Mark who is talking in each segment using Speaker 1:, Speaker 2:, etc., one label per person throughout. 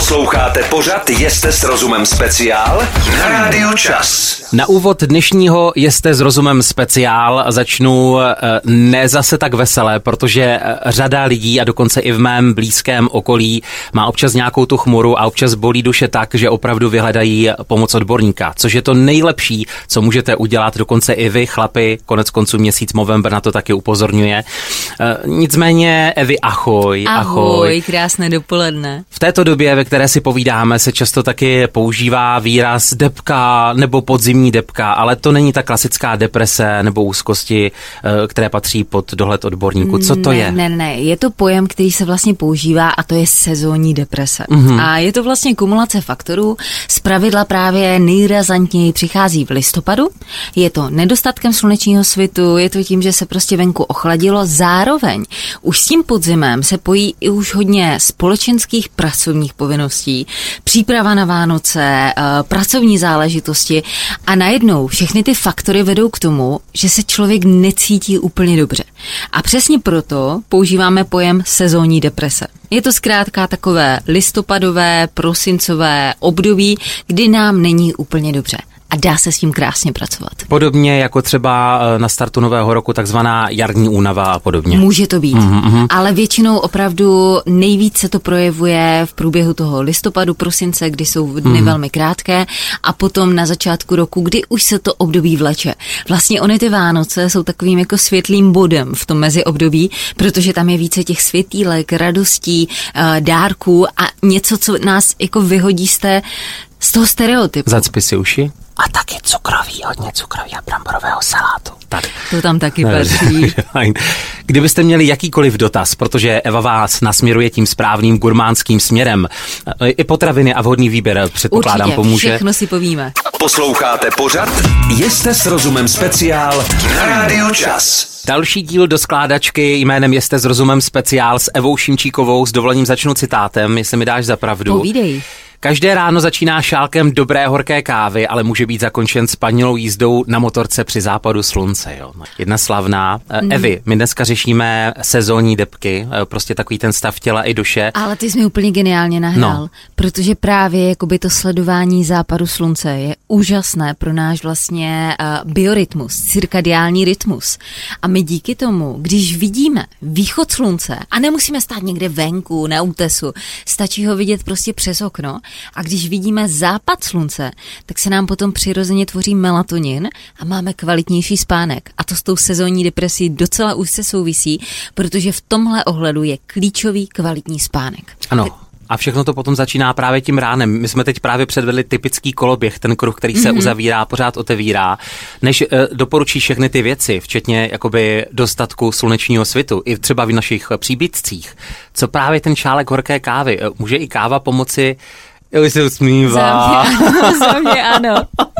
Speaker 1: Posloucháte pořad Jeste s rozumem speciál na Rádiu Čas.
Speaker 2: Na úvod dnešního Jeste s rozumem speciál začnu ne zase tak veselé, protože řada lidí a dokonce i v mém blízkém okolí má občas nějakou tu chmuru a občas bolí duše tak, že opravdu vyhledají pomoc odborníka, což je to nejlepší, co můžete udělat, dokonce i vy, chlapi, konec konců měsíc Movember na to taky upozorňuje. Nicméně, Evi, ahoj.
Speaker 3: Ahoj, krásné dopoledne.
Speaker 2: V této době, ve které si povídáme, se často taky používá výraz depka nebo podzimní depka, ale to není ta klasická deprese nebo úzkosti, které patří pod dohled odborníků. Co to je?
Speaker 3: Ne, je to pojem, který se vlastně používá a to je sezónní deprese. A je to vlastně kumulace faktorů, zpravidla právě nejrazantněji přichází v listopadu, je to nedostatkem slunečního svitu, je to tím, že se prostě venku ochladilo, zároveň už s tím podzimem se pojí i už hodně společenských pracovních povinností, příprava na Vánoce, pracovní záležitosti a najednou všechny ty faktory vedou k tomu, že se člověk necítí úplně dobře. A přesně proto používáme pojem sezónní deprese. Je to zkrátka takové listopadové, prosincové období, kdy nám není úplně dobře. A dá se s tím krásně pracovat.
Speaker 2: Podobně jako třeba na startu nového roku takzvaná jarní únava a podobně.
Speaker 3: Může to být, ale většinou opravdu nejvíc se to projevuje v průběhu toho listopadu, prosince, kdy jsou dny velmi krátké a potom na začátku roku, kdy už se to období vleče. Vlastně ony ty Vánoce jsou takovým jako světlým bodem v tom meziobdobí, protože tam je více těch světýlek, radostí, dárků a něco, co nás jako vyhodí z toho stereotypu.
Speaker 2: Zacpi si uši. A taky hodně cukroví a bramborového salátu. Tak.
Speaker 3: To tam taky patří.
Speaker 2: Kdybyste měli jakýkoliv dotaz, protože Eva vás nasměruje tím správným gurmánským směrem, i potraviny a vhodný výběr, předpokládám,
Speaker 3: určitě,
Speaker 2: pomůže.
Speaker 3: Všechno si povíme.
Speaker 1: Posloucháte pořad Jeste s rozumem speciál na Rádiu Čas.
Speaker 2: Další díl do skládačky jménem Jeste s rozumem speciál s Evou Šimčíkovou. S dovolením začnu citátem, jestli mi dáš za pravdu.
Speaker 3: Povídej.
Speaker 2: Každé ráno začíná šálkem dobré horké kávy, ale může být zakončen spanilou jízdou na motorce při západu slunce. Jo. Jedna slavná. Evi, my dneska řešíme sezónní depky, prostě takový ten stav těla i duše.
Speaker 3: Ale ty jsi mi úplně geniálně nahrál, protože právě jakoby to sledování západu slunce je úžasné pro náš vlastně biorytmus, cirkadiální rytmus. A my díky tomu, když vidíme východ slunce a nemusíme stát někde venku, na útesu, stačí ho vidět prostě přes okno. A když vidíme západ slunce, tak se nám potom přirozeně tvoří melatonin a máme kvalitnější spánek. A to s tou sezónní depresí docela úzce souvisí, protože v tomhle ohledu je klíčový kvalitní spánek.
Speaker 2: Ano. A všechno to potom začíná právě tím ránem. My jsme teď právě předvedli typický koloběh, ten kruh, který se uzavírá, pořád otevírá. Než doporučí všechny ty věci, včetně jakoby dostatku slunečního svitu, i třeba v našich příbytcích, co právě ten šálek horké kávy, může i káva pomoci. Jo, se usmívá.
Speaker 3: Za mě ano.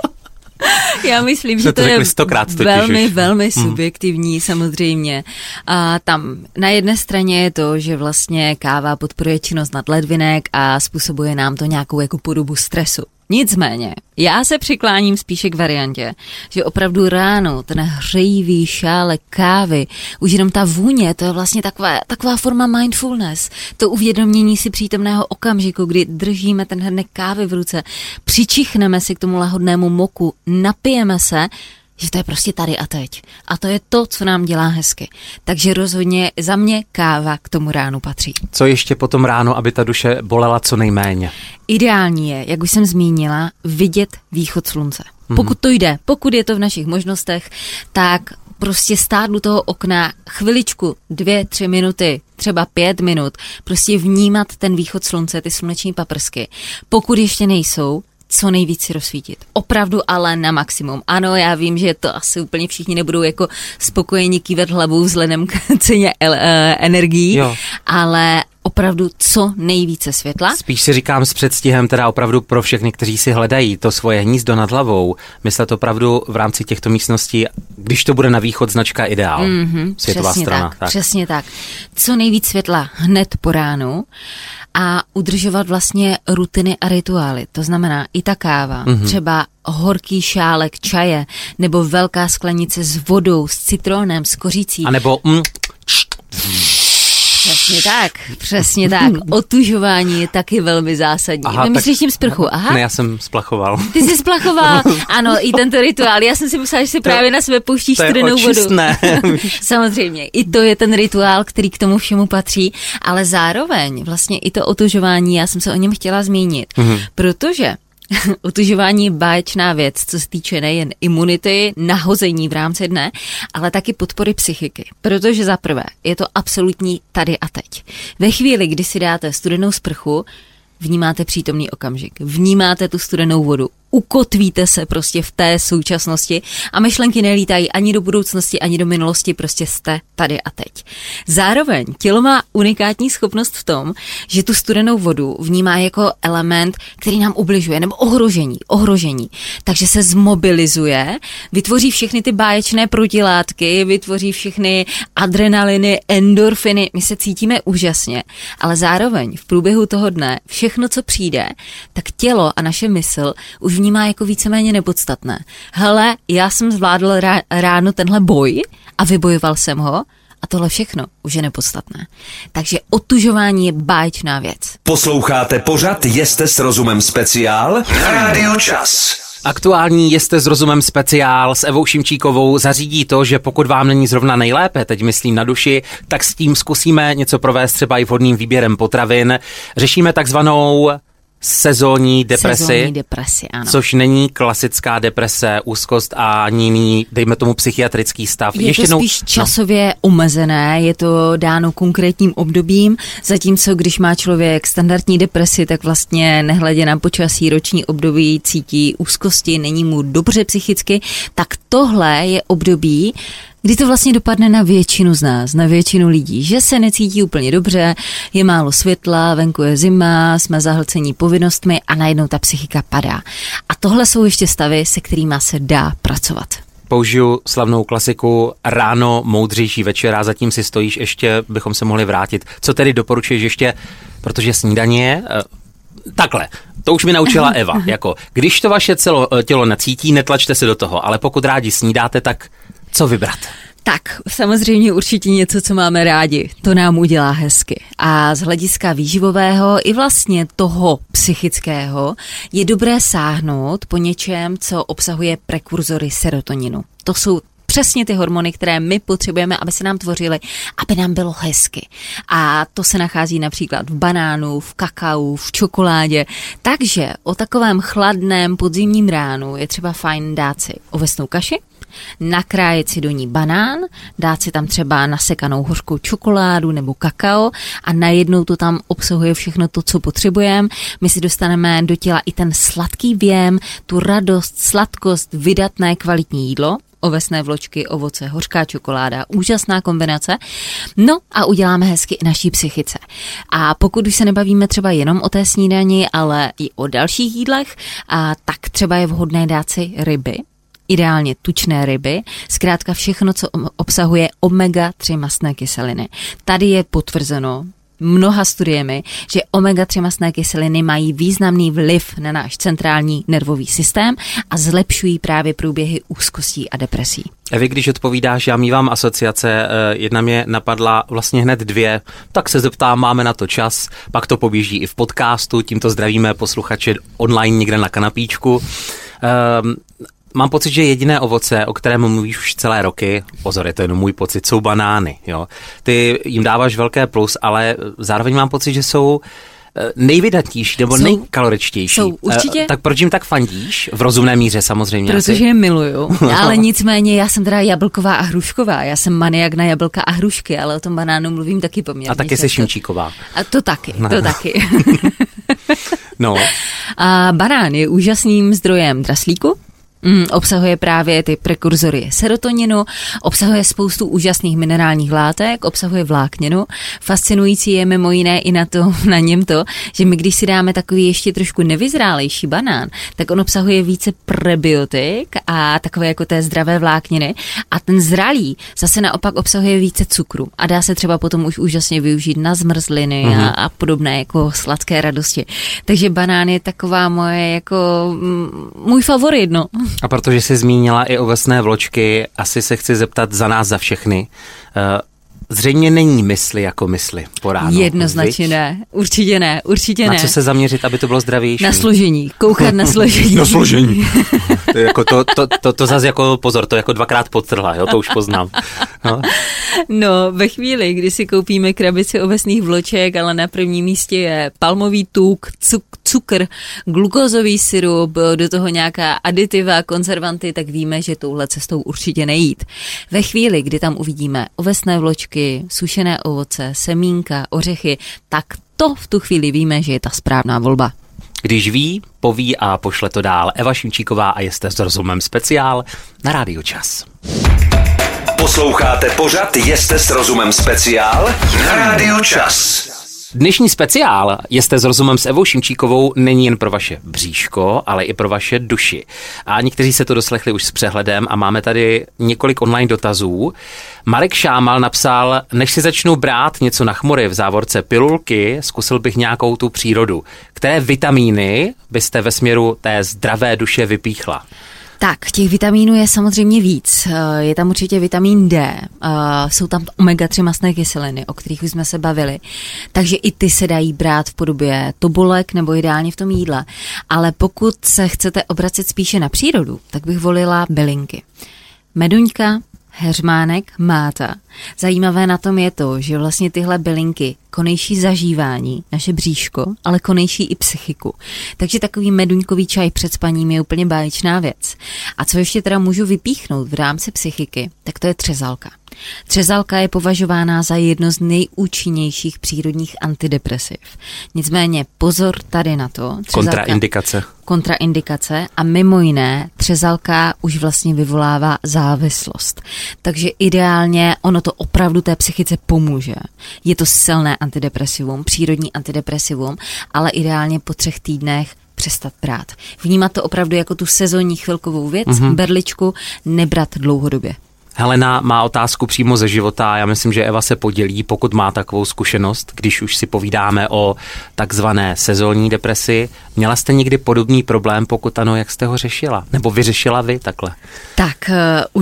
Speaker 3: Já myslím, že to je velmi subjektivní samozřejmě. A tam na jedné straně je to, že vlastně káva podporuje činnost nadledvinek a způsobuje nám to nějakou jako podobu stresu. Nicméně, já se přikláním spíše k variantě, že opravdu ráno ten hřejivý šálek kávy, už jenom ta vůně, to je vlastně taková forma mindfulness, to uvědomění si přítomného okamžiku, kdy držíme ten hrnek kávy v ruce, přičichneme si k tomu lahodnému moku, napijeme se, že to je prostě tady a teď. A to je to, co nám dělá hezky. Takže rozhodně za mě káva k tomu ránu patří.
Speaker 2: Co ještě potom ráno, aby ta duše bolela co nejméně?
Speaker 3: Ideální je, jak už jsem zmínila, vidět východ slunce. Pokud to jde, pokud je to v našich možnostech, tak prostě stát u toho okna chviličku, 2-3 minuty, třeba 5 minut, prostě vnímat ten východ slunce, ty sluneční paprsky. Pokud ještě nejsou, co nejvíc si rozsvítit. Opravdu ale na maximum. Ano, já vím, že to asi úplně všichni nebudou jako spokojeni kývat hlavou vzhledem k ceně energií, ale opravdu co nejvíce světla.
Speaker 2: Spíš si říkám s předstihem, teda opravdu pro všechny, kteří si hledají to svoje hnízdo nad hlavou, myslet opravdu v rámci těchto místností, když to bude na východ značka Ideál. Světová strana.
Speaker 3: Tak. Přesně tak. Co nejvíc světla hned po ránu a udržovat vlastně rutiny a rituály. To znamená i ta káva, třeba horký šálek čaje, nebo velká sklenice s vodou, s citronem, s kořicí.
Speaker 2: A nebo
Speaker 3: Přesně tak. Otužování je taky velmi zásadní. Myslíš tím sprchu? Aha.
Speaker 2: Ne, já jsem splachoval.
Speaker 3: Ty jsi splachoval. Ano, i tento rituál. Já jsem si myslela, že si právě na sebe pouštíš studenou vodu. Samozřejmě. I to je ten rituál, který k tomu všemu patří, ale zároveň vlastně i to otužování, já jsem se o něm chtěla zmínit, protože otužování je báječná věc, co se týče nejen imunity, nahození v rámci dne, ale taky podpory psychiky. Protože za prvé je to absolutní tady a teď. Ve chvíli, kdy si dáte studenou sprchu, vnímáte přítomný okamžik, vnímáte tu studenou vodu, ukotvíte se prostě v té současnosti a myšlenky nelítají ani do budoucnosti, ani do minulosti, prostě jste tady a teď. Zároveň tělo má unikátní schopnost v tom, že tu studenou vodu vnímá jako element, který nám ubližuje, nebo ohrožení. Takže se zmobilizuje, vytvoří všechny ty báječné protilátky, vytvoří všechny adrenaliny, endorfiny, my se cítíme úžasně, ale zároveň v průběhu toho dne všechno, co přijde, tak tělo a naše mysl už vnímá jako víceméně nepodstatné. Hele, já jsem zvládl ráno tenhle boj a vybojoval jsem ho a tohle všechno už je nepodstatné. Takže otužování je báječná věc.
Speaker 1: Posloucháte pořad Jeste s rozumem speciál na Rádiu Čas.
Speaker 2: Aktuální Jeste s rozumem speciál s Evou Šimčíkovou zařídí to, že pokud vám není zrovna nejlépe, teď myslím na duši, tak s tím zkusíme něco provést třeba i vhodným výběrem potravin. Řešíme takzvanou sezónní depresi, ano. Což není klasická deprese, úzkost a ani jiný, dejme tomu, psychiatrický stav.
Speaker 3: Je to spíš časově omezené, je to dáno konkrétním obdobím, zatímco když má člověk standardní depresi, tak vlastně nehledě na počasí, roční období cítí úzkosti, není mu dobře psychicky, tak tohle je období, kdy to vlastně dopadne na většinu z nás, na většinu lidí, že se necítí úplně dobře, je málo světla, venku je zima, jsme zahlcení povinnostmi a najednou ta psychika padá. A tohle jsou ještě stavy, se kterýma se dá pracovat.
Speaker 2: Použiju slavnou klasiku ráno, moudřejší večer a zatím si stojíš, ještě bychom se mohli vrátit. Co tedy doporučuješ ještě, protože snídaně takhle. To už mi naučila Eva, jako když to vaše tělo necítí, netlačte se do toho, ale pokud rádi snídáte, tak co vybrat?
Speaker 3: Tak, samozřejmě určitě něco, co máme rádi. To nám udělá hezky. A z hlediska výživového i vlastně toho psychického je dobré sáhnout po něčem, co obsahuje prekurzory serotoninu. To jsou přesně ty hormony, které my potřebujeme, aby se nám tvořily, aby nám bylo hezky. A to se nachází například v banánu, v kakao, v čokoládě. Takže o takovém chladném podzimním ránu je třeba fajn dát si ovesnou kaši, nakrájet si do ní banán, dát si tam třeba nasekanou hořkou čokoládu nebo kakao a najednou to tam obsahuje všechno to, co potřebujeme. My si dostaneme do těla i ten sladký vjem, tu radost, sladkost, vydatné kvalitní jídlo, ovesné vločky, ovoce, hořká čokoláda, úžasná kombinace. No a uděláme hezky i naší psychice. A pokud už se nebavíme třeba jenom o té snídani, ale i o dalších jídlech, tak třeba je vhodné dát si ryby, ideálně tučné ryby, zkrátka všechno, co obsahuje omega-3 mastné kyseliny. Tady je potvrzeno mnoha studiemi, že omega-3 mastné kyseliny mají významný vliv na náš centrální nervový systém a zlepšují právě průběhy úzkostí a depresí.
Speaker 2: Evi, když odpovídáš, já mívám asociace, jedna mě napadla vlastně hned dvě, tak se zeptám, máme na to čas, pak to poběží i v podcastu, tímto zdravíme posluchače online někde na kanapíčku. Mám pocit, že jediné ovoce, o kterém mluvíš už celé roky, pozor, je to jenom můj pocit, jsou banány. Jo. Ty jim dáváš velké plus, ale zároveň mám pocit, že jsou nejvydatnější nebo nejkaloričtější.
Speaker 3: Jsou, určitě.
Speaker 2: Tak proč jim tak fandíš? V rozumné míře samozřejmě.
Speaker 3: Protože je miluju, ale nicméně já jsem teda jablková a hrušková. Já jsem maniak na jablka a hrušky, ale o tom banánu mluvím taky poměrně.
Speaker 2: A taky jsi Šimčíková.
Speaker 3: A to taky, to taky.
Speaker 2: No.
Speaker 3: A banán je úžasným zdrojem draslíku. Obsahuje právě ty prekurzory serotoninu, obsahuje spoustu úžasných minerálních látek, obsahuje vlákninu. Fascinující je mimo jiné i na něm to, že my když si dáme takový ještě trošku nevyzrálejší banán, tak on obsahuje více prebiotik a takové jako té zdravé vlákniny a ten zralý zase naopak obsahuje více cukru a dá se třeba potom už úžasně využít na zmrzliny a podobné jako sladké radosti. Takže banán je taková moje jako můj favorit, no.
Speaker 2: A protože jsi zmínila i ovesné vločky, asi se chci zeptat za nás, za všechny. zřejmě není mysli jako mysli po ránu.
Speaker 3: Jednoznačně ne, určitě ne.
Speaker 2: Na co se zaměřit, aby to bylo zdravější?
Speaker 3: Na složení, koukat na složení.
Speaker 2: Na složení. To zase jako pozor, to jako dvakrát podtrhla, jo, to už poznám.
Speaker 3: No, ve chvíli, kdy si koupíme krabici ovesných vloček, ale na prvním místě je palmový tuk, cukr, glukózový syrup, do toho nějaká aditiva, konzervanty, tak víme, že touhle cestou určitě nejít. Ve chvíli, kdy tam uvidíme ovesné vločky, sušené ovoce, semínka, ořechy, tak to v tu chvíli víme, že je ta správná volba.
Speaker 2: Když ví, poví a pošle to dál. Eva Šimčíková a Jste s rozumem speciál na Rádiu Čas.
Speaker 1: Posloucháte pořad Jste s rozumem speciál na Rádiu Čas.
Speaker 2: Dnešní speciál Jste s rozumem s Evou Šimčíkovou není jen pro vaše bříško, ale i pro vaše duši. A někteří se to doslechli už s přehledem a máme tady několik online dotazů. Marek Šámal napsal, než si začnu brát něco na chmury v závorce pilulky, zkusil bych nějakou tu přírodu. Které vitamíny byste ve směru té zdravé duše vypíchla?
Speaker 3: Tak, těch vitamínů je samozřejmě víc. Je tam určitě vitamin D, jsou tam omega-3 mastné kyseliny, o kterých už jsme se bavili. Takže i ty se dají brát v podobě tobolek nebo ideálně v tom jídle. Ale pokud se chcete obracet spíše na přírodu, tak bych volila bylinky. Meduňka, heřmánek, máta. Zajímavé na tom je to, že vlastně tyhle bylinky konejší zažívání, naše bříško, ale konejší i psychiku. Takže takový meduňkový čaj před spaním je úplně báječná věc. A co ještě teda můžu vypíchnout v rámci psychiky, tak to je třezalka. Třezalka je považována za jedno z nejúčinnějších přírodních antidepresiv. Nicméně pozor tady na to. Kontraindikace a mimo jiné třezalka už vlastně vyvolává závislost. Takže ideálně ono to opravdu té psychice pomůže. Je to silné antidepresivum, přírodní antidepresivum, ale ideálně po 3 týdnech přestat brát. Vnímat to opravdu jako tu sezónní chvilkovou věc, berličku, nebrat dlouhodobě.
Speaker 2: Helena má otázku přímo ze života a já myslím, že Eva se podělí, pokud má takovou zkušenost, když už si povídáme o takzvané sezónní depresi. Měla jste někdy podobný problém, pokud ano, jak jste ho řešila? Nebo vyřešila vy takhle?
Speaker 3: Tak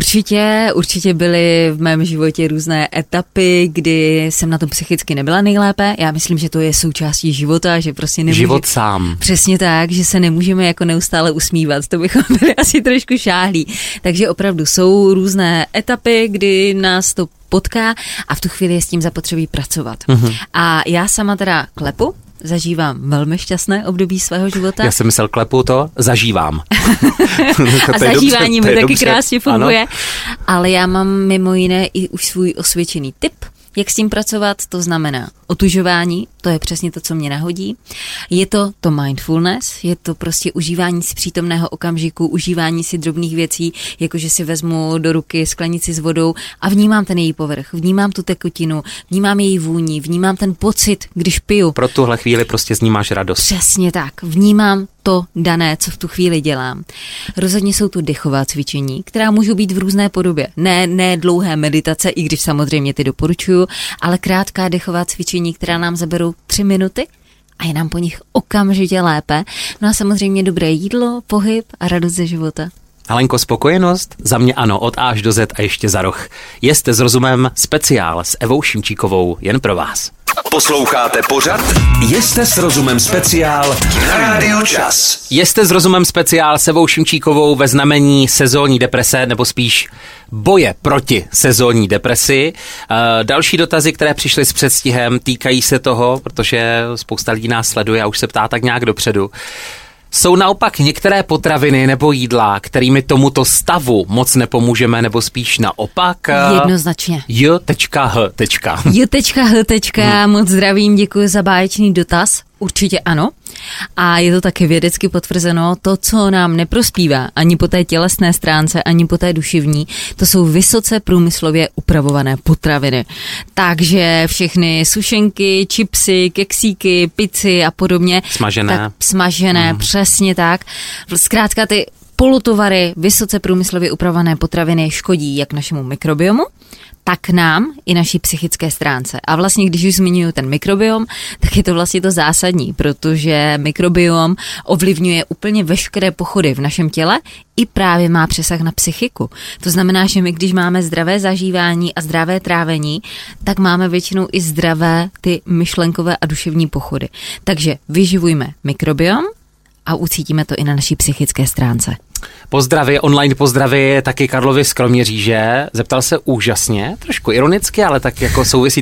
Speaker 3: určitě byly v mém životě různé etapy, kdy jsem na tom psychicky nebyla nejlépe. Já myslím, že to je součástí života, že prostě nemůže...
Speaker 2: Život sám.
Speaker 3: Přesně tak, že se nemůžeme jako neustále usmívat, to bychom byli asi trošku šáhlí. Takže opravdu jsou různé etapy, kdy nás to potká a v tu chvíli je s tím zapotřebí pracovat. A já sama teda klepu, zažívám velmi šťastné období svého života.
Speaker 2: Já jsem myslel klepu to, zažívám.
Speaker 3: A zažívání mi taky krásně funguje. Ano. Ale já mám mimo jiné i už svůj osvědčený tip, jak s tím pracovat, to znamená otužování, to je přesně to, co mě nahodí. Je to mindfulness, je to prostě užívání si přítomného okamžiku, užívání si drobných věcí, jakože si vezmu do ruky sklenici s vodou a vnímám ten její povrch, vnímám tu tekutinu, vnímám její vůni, vnímám ten pocit, když piju.
Speaker 2: Pro tuhle chvíli prostě z ní máš radost.
Speaker 3: Přesně tak, vnímám to dané, co v tu chvíli dělám. Rozhodně jsou tu dechová cvičení, která můžou být v různé podobě. Ne dlouhé meditace, i když samozřejmě ty doporučuju, ale krátká dechová cvičení, která nám zaberou 3 minuty a je nám po nich okamžitě lépe. No a samozřejmě dobré jídlo, pohyb a radost ze života.
Speaker 2: Halenko, spokojenost? Za mě ano, od A až do Z a ještě za roh. Jste s rozumem speciál s Evou Šimčíkovou jen pro vás.
Speaker 1: Posloucháte pořad Jste s rozumem speciál na Rádiu Čas.
Speaker 2: Jste s rozumem speciál s Evou Šimčíkovou ve znamení sezónní deprese, nebo spíš boje proti sezónní depresi. Další dotazy, které přišly s předstihem, týkají se toho, protože spousta lidí nás sleduje a už se ptá tak nějak dopředu. Jsou naopak některé potraviny nebo jídla, kterými tomuto stavu moc nepomůžeme, nebo spíš naopak?
Speaker 3: Jednoznačně.
Speaker 2: J.H.
Speaker 3: J.H. Moc zdravím, děkuji za báječný dotaz. Určitě ano. A je to taky vědecky potvrzeno, to, co nám neprospívá ani po té tělesné stránce, ani po té duševní, to jsou vysoce průmyslově upravované potraviny. Takže všechny sušenky, chipsy, keksíky, pici a podobně. Smažené, přesně tak. Zkrátka ty polotovary, vysoce průmyslově upravované potraviny škodí jak našemu mikrobiomu, tak nám i naší psychické stránce. A vlastně, když už zmiňuji ten mikrobiom, tak je to vlastně to zásadní, protože mikrobiom ovlivňuje úplně veškeré pochody v našem těle i právě má přesah na psychiku. To znamená, že my, když máme zdravé zažívání a zdravé trávení, tak máme většinou i zdravé ty myšlenkové a duševní pochody. Takže vyživujme mikrobiom a ucítíme to i na naší psychické stránce.
Speaker 2: Pozdravy, online pozdravy taky Karlovi z Kroměříže. Zeptal se úžasně, trošku ironicky, ale tak jako souvisí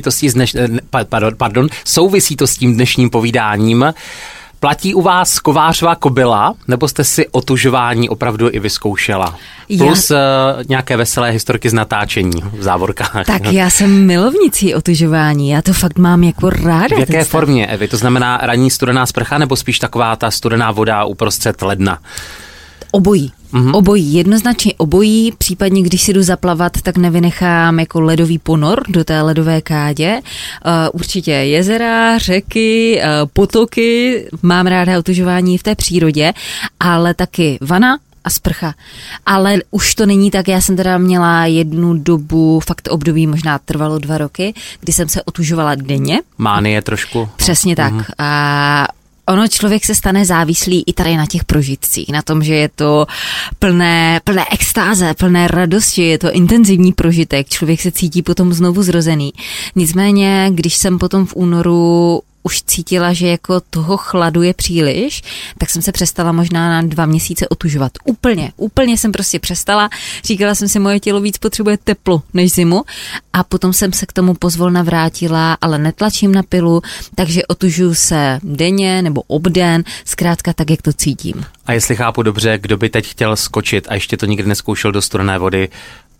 Speaker 2: to s tím dnešním povídáním. Platí u vás kovářová kobyla, nebo jste si otužování opravdu i vyzkoušela? Plus nějaké veselé historky z natáčení v závorkách.
Speaker 3: Tak já jsem milovnicí otužování, já to fakt mám jako ráda.
Speaker 2: V jaké formě, Evi? To znamená ranní studená sprcha, nebo spíš taková ta studená voda uprostřed ledna?
Speaker 3: Obojí. Obojí, jednoznačně obojí, případně když si jdu zaplavat, tak nevynechám jako ledový ponor do té ledové kádě. Určitě jezera, řeky, potoky, mám ráda otužování v té přírodě, ale taky vana a sprcha. Ale už to není tak, já jsem teda měla jednu dobu, fakt období, možná trvalo 2 roky, kdy jsem se otužovala denně.
Speaker 2: Mánie trošku.
Speaker 3: Přesně tak. A ono, člověk se stane závislý i tady na těch prožitcích, na tom, že je to plné extáze, plné radosti, je to intenzivní prožitek, člověk se cítí potom znovu zrozený. Nicméně, když jsem potom v únoru už cítila, že jako toho chladu je příliš, tak jsem se přestala možná na 2 měsíce otužovat. Úplně jsem prostě přestala. Říkala jsem si, moje tělo víc potřebuje teplo než zimu a potom jsem se k tomu pozvolna vrátila, ale netlačím na pilu, takže otužuju se denně nebo obden, zkrátka tak, jak to cítím.
Speaker 2: A jestli chápu dobře, kdo by teď chtěl skočit a ještě to nikdy nezkoušel do studené vody,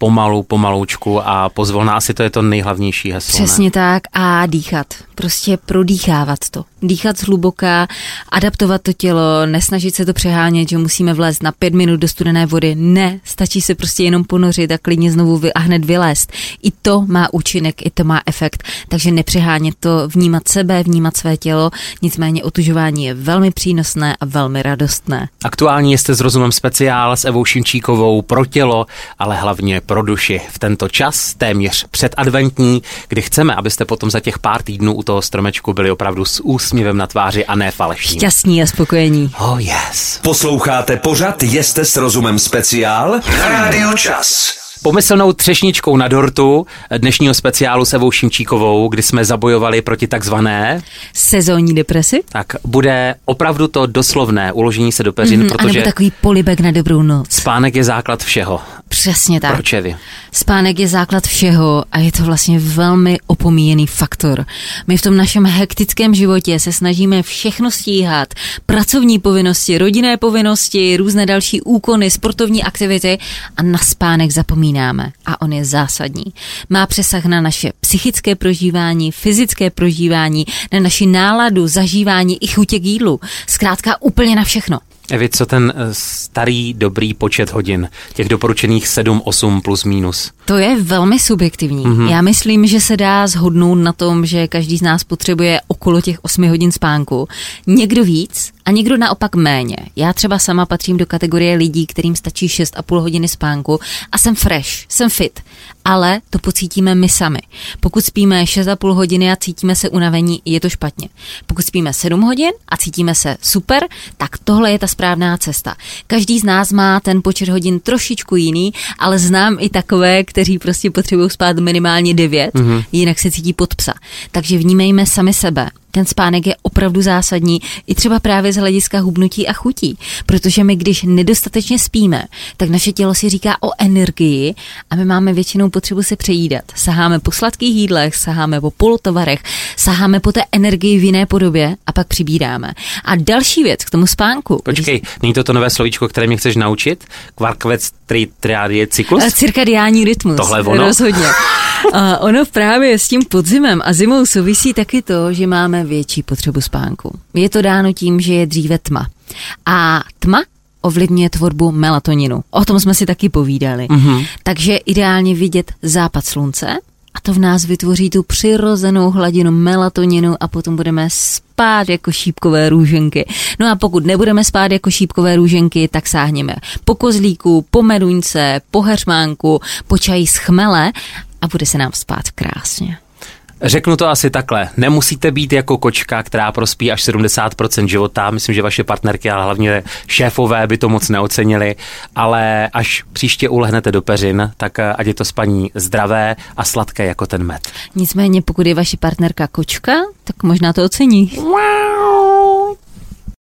Speaker 2: pomaloučku a pozvolna, asi to je to nejhlavnější heslo.
Speaker 3: Přesně tak a dýchat, prostě prodýchávat to. Dýchat zhluboka, adaptovat to tělo, nesnažit se to přehánět, že musíme vlézt na 5 minut do studené vody. Ne, stačí se prostě jenom ponořit a klidně znovu a hned vylézt. I to má účinek, i to má efekt, takže nepřehánět to, vnímat sebe, vnímat své tělo, nicméně otužování je velmi přínosné a velmi radostné.
Speaker 2: Aktuálně jste s Rozumem speciál s Evou Šimčíkovou pro tělo, ale hlavně pro duši. V tento čas, téměř předadventní, kdy chceme, abyste potom za těch pár týdnů u toho stromečku byli opravdu s úsměvem na tváři a ne falešní.
Speaker 3: Šťastní a spokojení.
Speaker 2: Oh yes.
Speaker 1: Posloucháte pořad Jste s Rozumem speciál na Rádiu Čas.
Speaker 2: Pomyslnou třešničkou na dortu dnešního speciálu s Evou Šimčíkovou, kdy jsme zabojovali proti takzvané
Speaker 3: sezónní depresi.
Speaker 2: Tak bude opravdu to doslovné uložení se do peřin, protože
Speaker 3: anebo takový polibek na dobrou noc.
Speaker 2: Spánek je základ všeho.
Speaker 3: Přesně tak.
Speaker 2: Proč, Evi?
Speaker 3: Spánek je základ všeho a je to vlastně velmi opomíjený faktor. My v tom našem hektickém životě se snažíme všechno stíhat, pracovní povinnosti, rodinné povinnosti, různé další úkony, sportovní aktivity a na spánek zapomínáme. A on je zásadní. Má přesah na naše psychické prožívání, fyzické prožívání, na naši náladu, zažívání i chutě k jídlu. Zkrátka úplně na všechno.
Speaker 2: Evi, co ten starý dobrý počet hodin? Těch doporučených 7, 8 plus minus.
Speaker 3: To je velmi subjektivní. Já myslím, že se dá shodnout na tom, že každý z nás potřebuje okolo těch 8 hodin spánku. Někdo víc a někdo naopak méně. Já třeba sama patřím do kategorie lidí, kterým stačí 6,5 hodiny spánku a jsem fresh, jsem fit. Ale to pocítíme my sami. Pokud spíme 6,5 hodiny a cítíme se unavení, je to špatně. Pokud spíme 7 hodin a cítíme se super, tak tohle je ta správná cesta. Každý z nás má ten počet hodin trošičku jiný, ale znám i takové, kteří prostě potřebují spát minimálně 9, jinak se cítí pod psa. Takže vnímejme sami sebe. Ten spánek je opravdu zásadní i třeba právě z hlediska hubnutí a chutí, protože my, když nedostatečně spíme, tak naše tělo si říká o energii a my máme většinou potřebu se přejídat. Saháme po sladkých jídlech, saháme po polotovarech, saháme po té energii v jiné podobě a pak přibíráme. A další věc k tomu spánku.
Speaker 2: Počkej, není to nové slovíčko, které mě chceš naučit? Kvarkovec triadiální cyklus?
Speaker 3: Cirkadiální rytmus.
Speaker 2: Tohle ono?
Speaker 3: Rozhodně. Ono právě s tím podzimem a zimou souvisí taky to, že máme větší potřebu spánku. Je to dáno tím, že je dříve tma. A tma ovlivňuje tvorbu melatoninu. O tom jsme si taky povídali. Takže ideálně vidět západ slunce a to v nás vytvoří tu přirozenou hladinu melatoninu a potom budeme spát jako šípkové růženky. No a pokud nebudeme spát jako šípkové růženky, tak sáhněme po kozlíku, po meduňce, po heřmánku, po čaji z chmele a bude se nám spát krásně.
Speaker 2: Řeknu to asi takhle. Nemusíte být jako kočka, která prospí až 70% života. Myslím, že vaše partnerky, ale hlavně šéfové by to moc neocenili, ale až příště ulehnete do peřin, tak ať je to spaní zdravé a sladké jako ten med.
Speaker 3: Nicméně, pokud je vaše partnerka kočka, tak možná to ocení.
Speaker 2: Wow.